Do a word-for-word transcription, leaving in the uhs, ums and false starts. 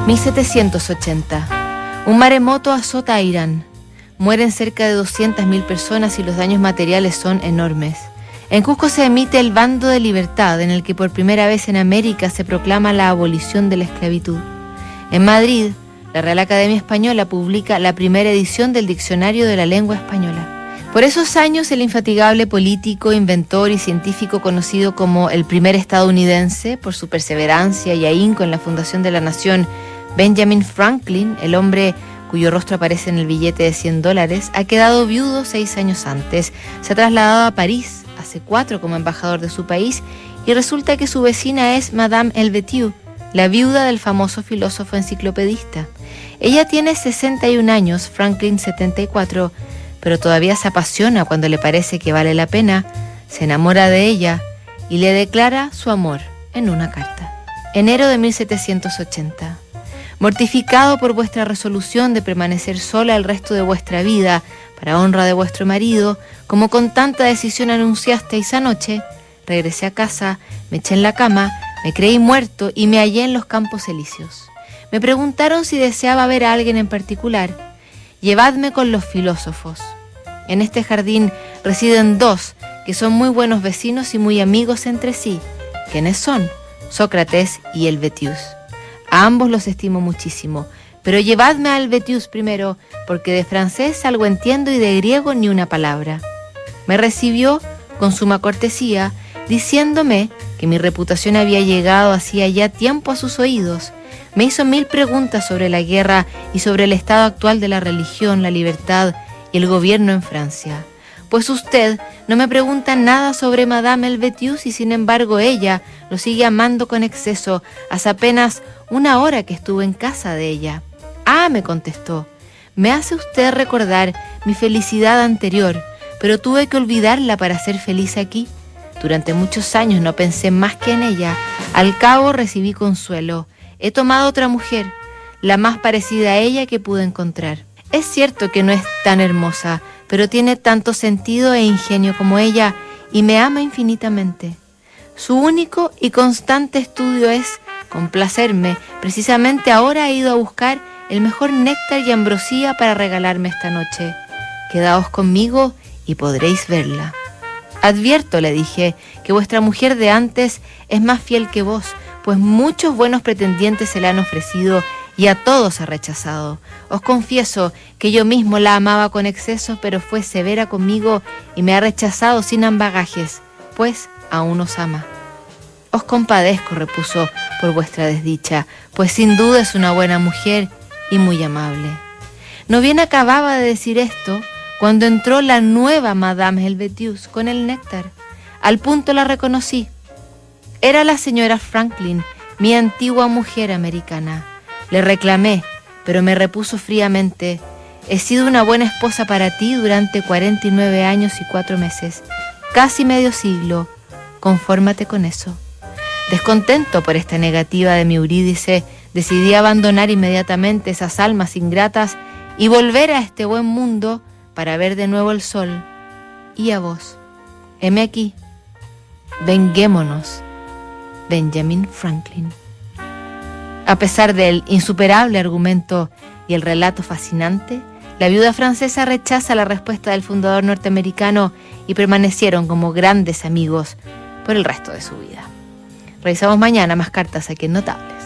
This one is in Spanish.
mil setecientos ochenta. Un maremoto azota a Irán. Mueren cerca de doscientas mil personas y los daños materiales son enormes. En Cusco se emite el Bando de Libertad, en el que por primera vez en América se proclama la abolición de la esclavitud. En Madrid, la Real Academia Española publica la primera edición del Diccionario de la Lengua Española. Por esos años, el infatigable político, inventor y científico conocido como el primer estadounidense, por su perseverancia y ahínco en la fundación de la nación, Benjamin Franklin, el hombre cuyo rostro aparece en el billete de cien dólares, ha quedado viudo seis años antes. Se ha trasladado a París, hace cuatro como embajador de su país, y resulta que su vecina es Madame Helvetius, la viuda del famoso filósofo enciclopedista. Ella tiene sesenta y un años, Franklin setenta y cuatro, pero todavía se apasiona cuando le parece que vale la pena, se enamora de ella y le declara su amor en una carta. Enero de mil setecientos ochenta. Mortificado por vuestra resolución de permanecer sola el resto de vuestra vida, para honra de vuestro marido, como con tanta decisión anunciasteis anoche, regresé a casa, me eché en la cama, me creí muerto y me hallé en los Campos Elíseos. Me preguntaron si deseaba ver a alguien en particular. Llevadme con los filósofos. En este jardín residen dos que son muy buenos vecinos y muy amigos entre sí. ¿Quiénes son? Sócrates y Helvetius. A ambos los estimo muchísimo, pero llevadme a Helvetius primero, porque de francés algo entiendo y de griego ni una palabra. Me recibió con suma cortesía, diciéndome que mi reputación había llegado hacía ya tiempo a sus oídos. Me hizo mil preguntas sobre la guerra y sobre el estado actual de la religión, la libertad y el gobierno en Francia. Pues usted no me pregunta nada sobre Madame Helvetius y sin embargo ella lo sigue amando con exceso hace apenas una hora que estuve en casa de ella. Ah, me contestó, me hace usted recordar mi felicidad anterior, pero tuve que olvidarla para ser feliz aquí. Durante muchos años no pensé más que en ella. Al cabo recibí consuelo. He tomado otra mujer, la más parecida a ella que pude encontrar. Es cierto que no es tan hermosa, pero tiene tanto sentido e ingenio como ella y me ama infinitamente. Su único y constante estudio es complacerme. Precisamente ahora he ido a buscar el mejor néctar y ambrosía para regalarme esta noche. Quedaos conmigo y podréis verla. Advierto, le dije, que vuestra mujer de antes es más fiel que vos, pues muchos buenos pretendientes se la han ofrecido y a todos ha rechazado. Os confieso que yo mismo la amaba con exceso, pero fue severa conmigo y me ha rechazado sin ambagajes, pues aún os ama. Os compadezco, repuso, por vuestra desdicha, pues sin duda es una buena mujer y muy amable. No bien acababa de decir esto, cuando entró la nueva Madame Helvetius con el néctar. Al punto la reconocí. Era la señora Franklin, mi antigua mujer americana. Le reclamé, pero me repuso fríamente: he sido una buena esposa para ti durante cuarenta y nueve años y cuatro meses, casi medio siglo. Confórmate con eso. Descontento por esta negativa de mi Eurídice, decidí abandonar inmediatamente esas almas ingratas y volver a este buen mundo para ver de nuevo el sol. Y a vos, heme aquí. Venguémonos. Benjamin Franklin. A pesar del insuperable argumento y el relato fascinante, la viuda francesa rechaza la respuesta del fundador norteamericano y permanecieron como grandes amigos por el resto de su vida. Revisamos mañana más cartas aquí en Notables.